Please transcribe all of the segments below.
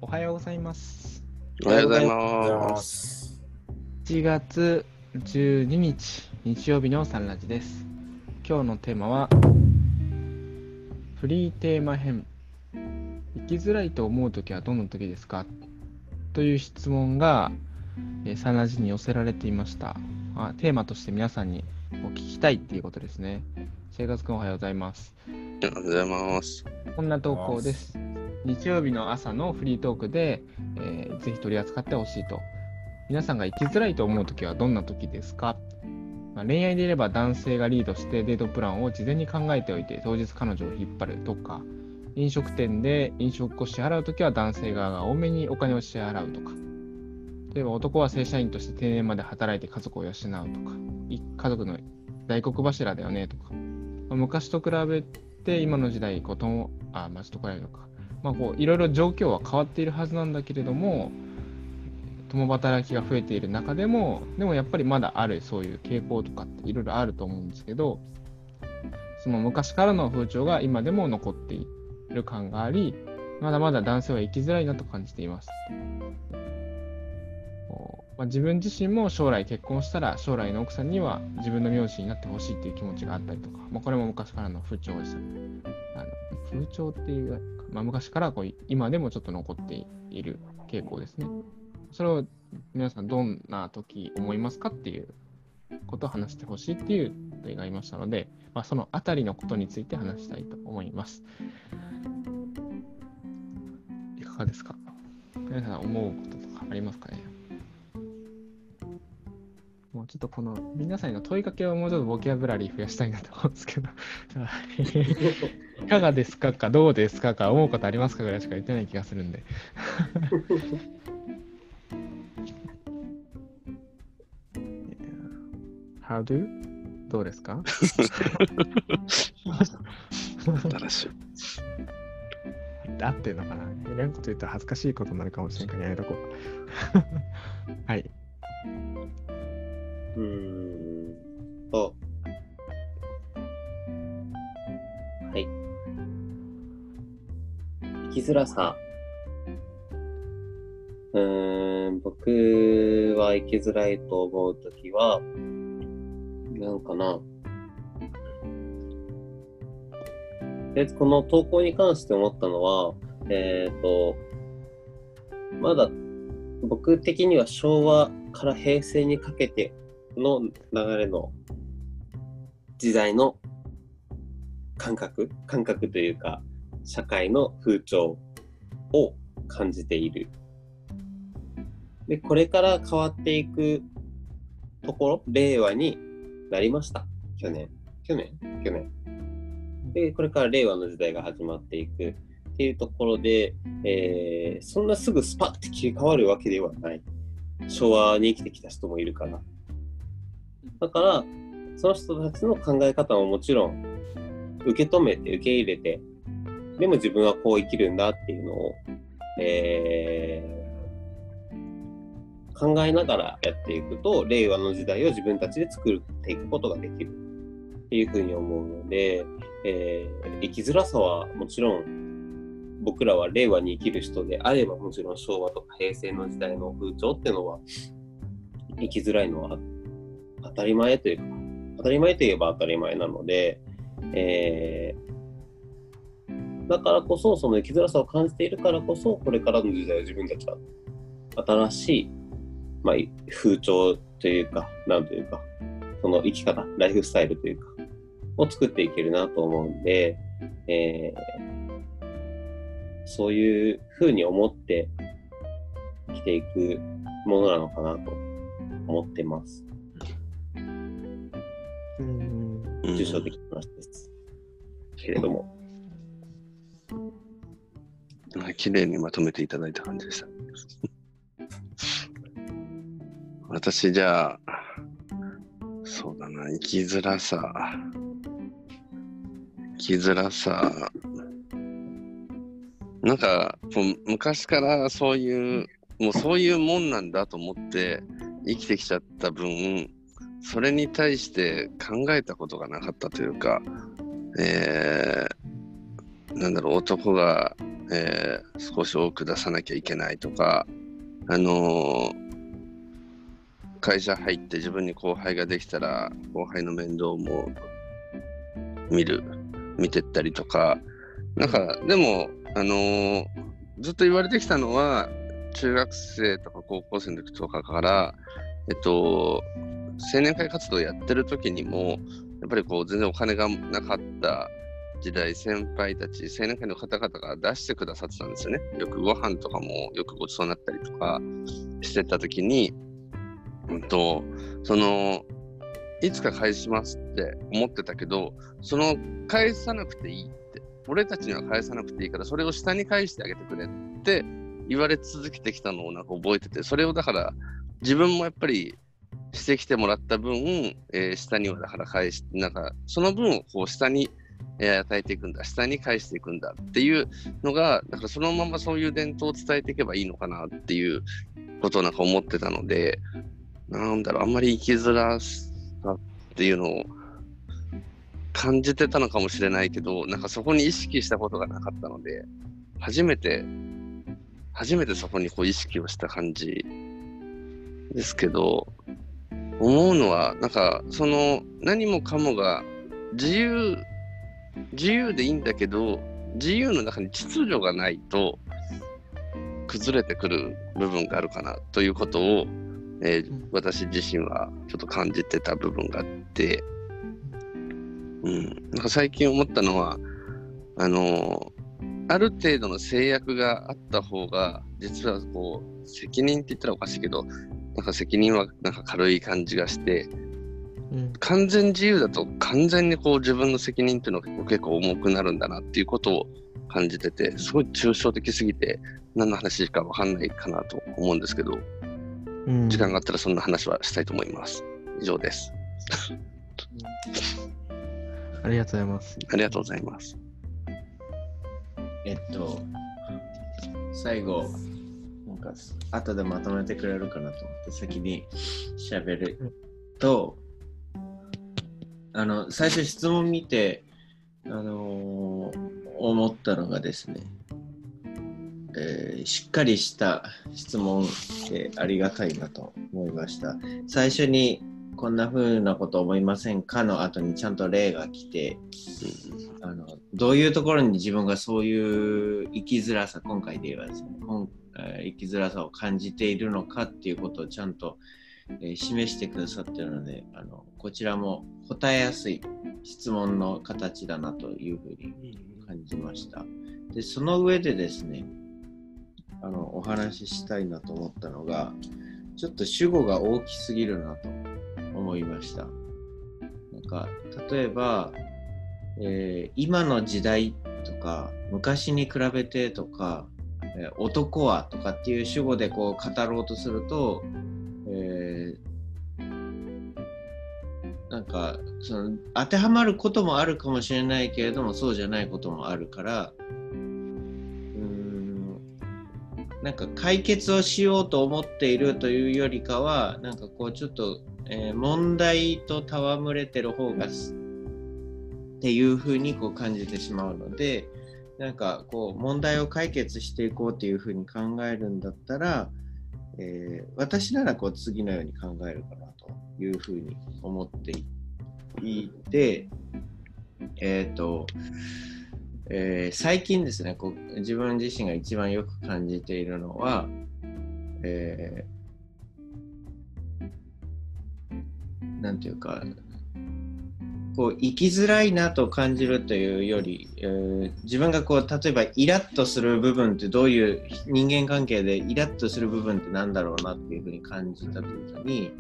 はようございます。 おはようございおはようございま。 ますす。 1月12日、日曜日のサンラジです。今日のテーマは、フリーテーマ編。生きづらいと思うときはどの時ですかという質問が、サンラジに寄せられていました。テーマとして皆さんにお聞きたいっていうことですね。生活くんおはようございます。 おはようございます。 こんな投稿です。日曜日の朝のフリートークで、ぜひ取り扱ってほしいと。皆さんが生きづらいと思うときはどんなときですか？恋愛でいれば男性がリードしてデートプランを事前に考えておいて当日彼女を引っ張るとか、飲食店で飲食を支払うときは男性側が多めにお金を支払うとか、例えば男は正社員として定年まで働いて家族を養うとか、家族の大黒柱だよねとか、昔と比べて今の時代街と比べるとか、いろいろ状況は変わっているはずなんだけれども、共働きが増えている中でもやっぱりまだあるそういう傾向とかっていろいろあると思うんですけど、その昔からの風潮が今でも残っている感があり、まだまだ男性は生きづらいなと感じています。自分自身も将来結婚したら将来の奥さんには自分の名字になってほしいっていう気持ちがあったりとか、これも昔からの風潮です。風潮っていう、昔から今でもちょっと残っている傾向ですね。それを皆さんどんな時思いますかっていうことを話してほしいっていう例がありましたので、そのあたりのことについて話したいと思います。いかがですか？皆さん思うこととかありますかね？もうちょっとこの皆さんの問いかけをもうちょっとボキャブラリー増やしたいなと思うんですけどいかがですかかどうですかか思うことありますかぐらいしか言ってない気がするんでHow do? どうですか？ 新しい。 合ってるのかな？いらんこと言ったら恥ずかしいことになるかもしれんからやめとこうはい。 はい。生きづらさ。僕は生きづらいと思うときは、なんかな。で、この投稿に関して思ったのは、まだ僕的には昭和から平成にかけての流れの時代の感覚というか、社会の風潮を感じている。で、これから変わっていくところ、令和になりました。去年。で、これから令和の時代が始まっていくっていうところで、そんなすぐスパッて切り替わるわけではない。昭和に生きてきた人もいるから。だから、その人たちの考え方ももちろん受け止めて受け入れて、でも自分はこう生きるんだっていうのを、考えながらやっていくと、令和の時代を自分たちで作っていくことができるっていうふうに思うので、生きづらさはもちろん僕らは令和に生きる人であれば、もちろん昭和とか平成の時代の風潮っていうのは生きづらいのは当たり前というか、当たり前といえば当たり前なので、だからこそ、その生きづらさを感じているからこそ、これからの時代を自分たちは新しい、風潮というか、なんというか、その生き方、ライフスタイルというか、を作っていけるなと思うんで、そういうふうに思って生きていくものなのかなと思ってます。抽象的な話です。けれども。 綺麗にまとめていただいた感じでした。私じゃあ、そうだな、生きづらさ。なんか昔からそういうもんなんだと思って生きてきちゃった分、それに対して考えたことがなかったというか、男が、 少し多く出さなきゃいけないとか、会社入って自分に後輩ができたら後輩の面倒も見てったりとか、なんかでもずっと言われてきたのは、中学生とか高校生の時とかから、青年会活動をやってる時にも、やっぱりこう全然お金がなかった時代、先輩たち、青年会の方々が出してくださってたんですよね。よくご飯とかもよくごちそうになったりとかしてた時に、いつか返しますって思ってたけど、返さなくていいって、俺たちには返さなくていいから、それを下に返してあげてくれって言われ続けてきたのをなんか覚えてて、それをだから自分もやっぱりしてきてもらった分、下にはだから返し、なんかその分をこう下に与えていくんだ、下に返していくんだっていうのが、だからそのままそういう伝統を伝えていけばいいのかなっていうことをなんか思ってたので、なんだろう、あんまり生きづらさっていうのを感じてたのかもしれないけど、なんかそこに意識したことがなかったので、初めてそこにこう意識をした感じですけど、思うのはなんか何もかもが自由でいいんだけど、自由の中に秩序がないと崩れてくる部分があるかなということを、私自身はちょっと感じてた部分があって、なんか最近思ったのは、ある程度の制約があった方が、実はこう責任って言ったらおかしいけど、なんか責任はなんか軽い感じがして、完全自由だと完全にこう自分の責任っていうのが結構重くなるんだなっていうことを感じてて、すごい抽象的すぎて何の話かわかんないかなと思うんですけど、時間があったらそんな話はしたいと思います。以上です。 ありがとうございます。 ありがとうございます。 最後、なんか後でまとめてくれるかなと思って先に喋ると、最初質問見て、思ったのがですね、しっかりした質問でありがたいなと思いました。最初にこんな風なこと思いませんかの後にちゃんと例が来て、どういうところに自分がそういう生きづらさ、今回で言えばですね、生きづらさを感じているのかっていうことをちゃんと、示してくださっているので、こちらも答えやすい質問の形だなというふうに感じました。で、その上でですね、お話ししたいなと思ったのが、ちょっと主語が大きすぎるなと思いました。なんか例えば、今の時代とか昔に比べてとか、男はとかっていう主語でこう語ろうとすると、なんか当てはまることもあるかもしれないけれども、そうじゃないこともあるから、なんか解決をしようと思っているというよりかは、なんかこうちょっと、問題と戯れてる方がっていうふうにこう感じてしまうので、なんかこう問題を解決していこうというふうに考えるんだったら、私ならこう次のように考えるかなというふうに思っていて、最近ですね、こう自分自身が一番よく感じているのは、なんていうか、こう生きづらいなと感じるというより、自分がこう例えばイラッとする部分ってどういう人間関係でイラッとする部分ってなんだろうなっていうふうに感じたときに、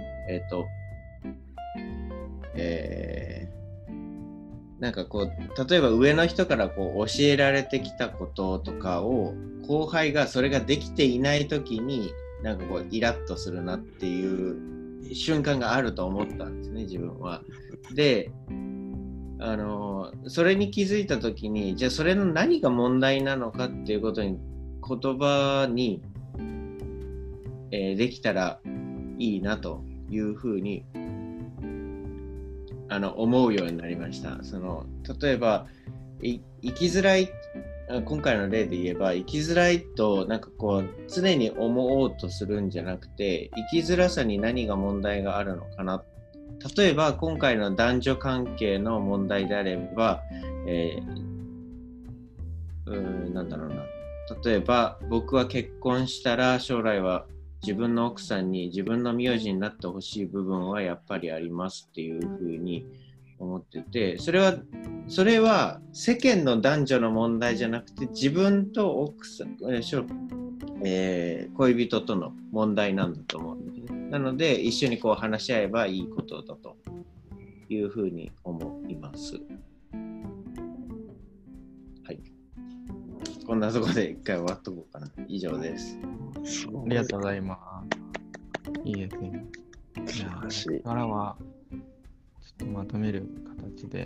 なんかこう例えば上の人からこう教えられてきたこととかを後輩がそれができていないときになんかこうイラッとするなっていう瞬間があると思ったんですね、自分は。で、それに気づいたときに、じゃあそれの何が問題なのかっていうことに言葉に、できたらいいなというふうに思うようになりました。例えば生きづらい今回の例で言えば、生きづらいとなんかこう常に思おうとするんじゃなくて、生きづらさに何が問題があるのかな。例えば今回の男女関係の問題であれば、なんだろうな。例えば僕は結婚したら将来は自分の奥さんに自分の名字になってほしい部分はやっぱりありますっていうふうに思ってて、それは世間の男女の問題じゃなくて自分と奥さん、恋人との問題なんだと思うんですね。なので一緒にこう話し合えばいいことだというふうに思います。はい。こんなところで一回終わっとこうかな。以上です。 ありがとうございます。いいですね。 素晴らしい。 これからはちょっとまとめる形で、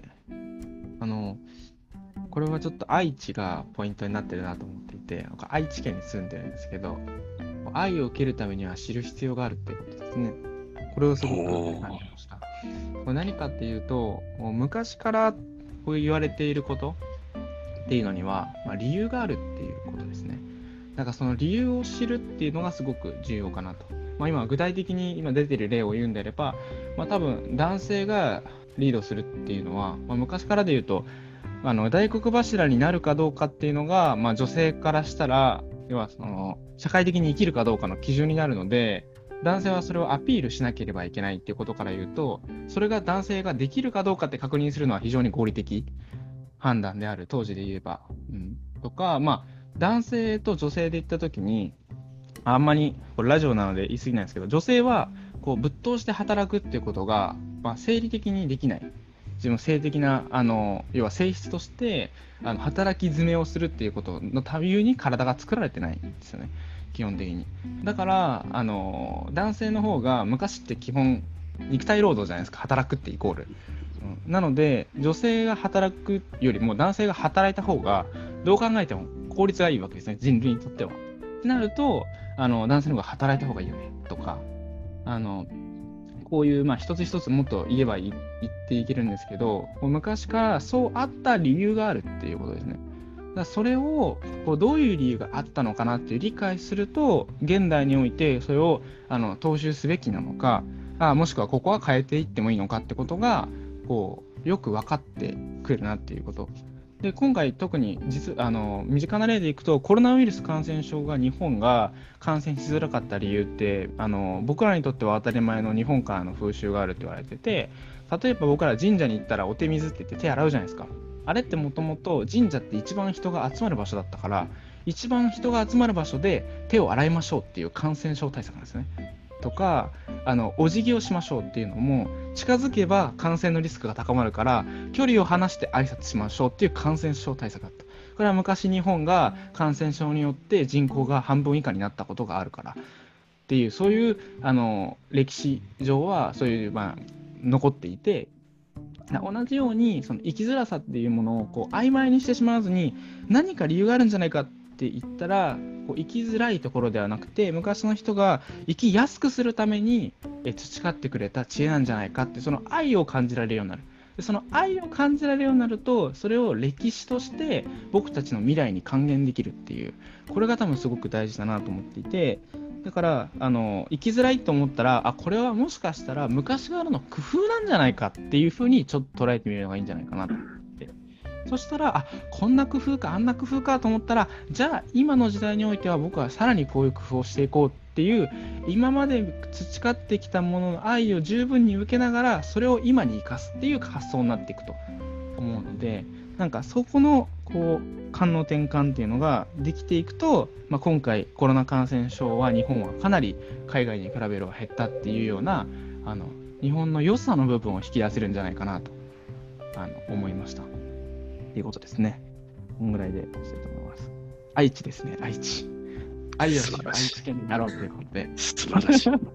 これはちょっと愛知がポイントになってるなと思っていて、僕愛知県に住んでるんですけど、愛を受けるためには知る必要があるっていうことですね。これをすごく感じました。これ何かっていうと、もう昔からこう言われていることっていうのには、理由があるっていうことですね。だからその理由を知るっていうのがすごく重要かなと。今具体的に今出ている例を言うんであれば、多分男性がリードするっていうのは、昔からで言うと大黒柱になるかどうかっていうのが、女性からしたら要はその社会的に生きるかどうかの基準になるので、男性はそれをアピールしなければいけないっていうことから言うと、それが男性ができるかどうかって確認するのは非常に合理的判断である、当時で言えば、とか、男性と女性で言ったときに、あんまりこれラジオなので言い過ぎないんですけど、女性はこうぶっ通して働くっていうことが、生理的にできない。自分の性的な要は性質として働き詰めをするっていうことのために体が作られてないんですよね、基本的に。だから男性の方が昔って基本肉体労働じゃないですか、働くってイコール。なので女性が働くよりも男性が働いた方がどう考えても効率がいいわけですね、人類にとっては。ってなると男性の方が働いた方がいいよねとか、こういう一つ一つもっと言っていけるんですけど、昔からそうあった理由があるっていうことですね。だからそれをどういう理由があったのかなっていう理解すると、現代においてそれを踏襲すべきなのか、もしくはここは変えていってもいいのかってことがよく分かってくるなっていうこと。で今回特に身近な例でいくと、コロナウイルス感染症が日本が感染しづらかった理由って僕らにとっては当たり前の日本からの風習があるって言われてて、例えば僕ら神社に行ったらお手水って言って手洗うじゃないですか。あれってもともと神社って一番人が集まる場所だったから、一番人が集まる場所で手を洗いましょうっていう感染症対策なんですね。とかお辞儀をしましょうっていうのも、近づけば感染のリスクが高まるから距離を離して挨拶しましょうっていう感染症対策だった。これは昔日本が感染症によって人口が半分以下になったことがあるからっていう、そういう歴史上はそういう残っていて、同じようにその生きづらさっていうものを曖昧にしてしまわずに、何か理由があるんじゃないかって言ったら生きづらいところではなくて、昔の人が生きやすくするために培ってくれた知恵なんじゃないかって、その愛を感じられるようになる。でその愛を感じられるようになると、それを歴史として僕たちの未来に還元できるっていう、これが多分すごく大事だなと思っていて、だから生きづらいと思ったら、これはもしかしたら昔からの工夫なんじゃないかっていうふうにちょっと捉えてみるのがいいんじゃないかなと思って、そしたらこんな工夫かあんな工夫かと思ったら、じゃあ今の時代においては僕はさらにこういう工夫をしていこうっていう、今まで培ってきたものの愛を十分に受けながらそれを今に生かすっていう発想になっていくと思うので、なんかそこの観の転換っていうのができていくと、今回コロナ感染症は日本はかなり海外に比べれば減ったっていうような日本の良さの部分を引き出せるんじゃないかなと思いましたっていうことですね。こんぐらいでしたいと思います。愛知ですね、愛知。愛知県になろうということで。 素晴らしい。 ちょ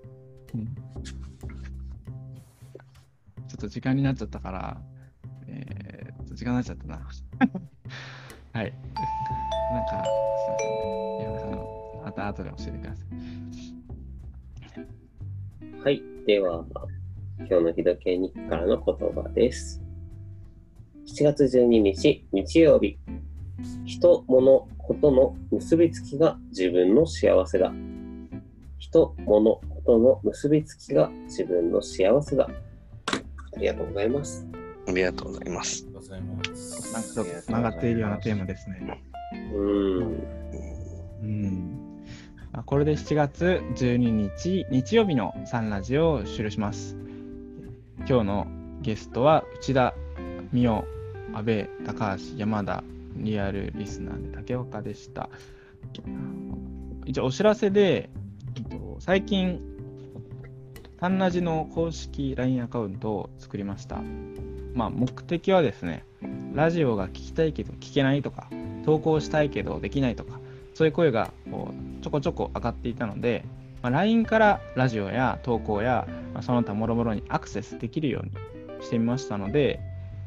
っと時間になっちゃったから、時間になっちゃったな。はい。なんか、すいませんね。山田さん、また後で教えてください。 はい。では、今日の日時計日記からの言葉です。7月12日、日曜日。 人、物、ことの結びつきが自分の幸せだ。人、物、ことの結びつきが自分の幸せだ。ありがとうございます。 ありがとうございます。 なんかちょっとつながっているようなテーマですね。これで7月12日日曜日のサンラジを終了します。今日のゲストは内田、美代、阿部、高橋、山田、リアルリスナーで竹岡でした。一応お知らせで、最近サンラジの公式 LINE アカウントを作りました。目的はですね、ラジオが聞きたいけど聞けないとか、投稿したいけどできないとか、そういう声がちょこちょこ上がっていたので、LINE からラジオや投稿や、その他もろもろにアクセスできるようにしてみましたので、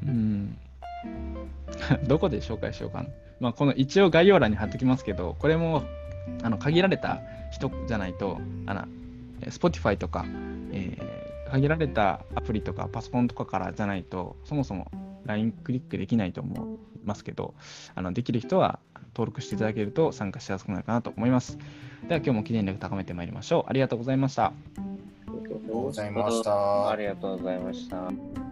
どこで紹介しようかな。この一応概要欄に貼っておきますけど、これも限られた人じゃないと、Spotify とか、限られたアプリとかパソコンとかからじゃないと、そもそも LINE クリックできないと思いますけど、できる人は登録していただけると参加しやすくなるかなと思います。では今日も記念力高めてまいりましょう。ありがとうございました。 ありがとうございました。 ありがとうございました。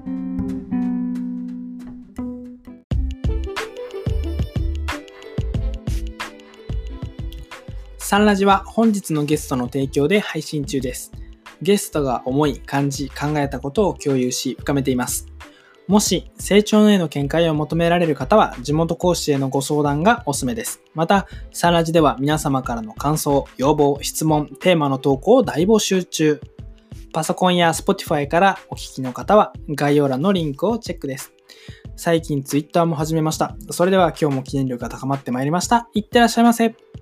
サンラジは本日のゲストの提供で配信中です。ゲストが思い、感じ、考えたことを共有し深めています。もし成長への見解を求められる方は地元講師へのご相談がおすすめです。また、サンラジでは皆様からの感想、要望、質問、テーマの投稿を大募集中。パソコンや Spotify からお聞きの方は概要欄のリンクをチェックです。最近 Twitter も始めました。それでは今日も記念力が高まってまいりました。いってらっしゃいませ。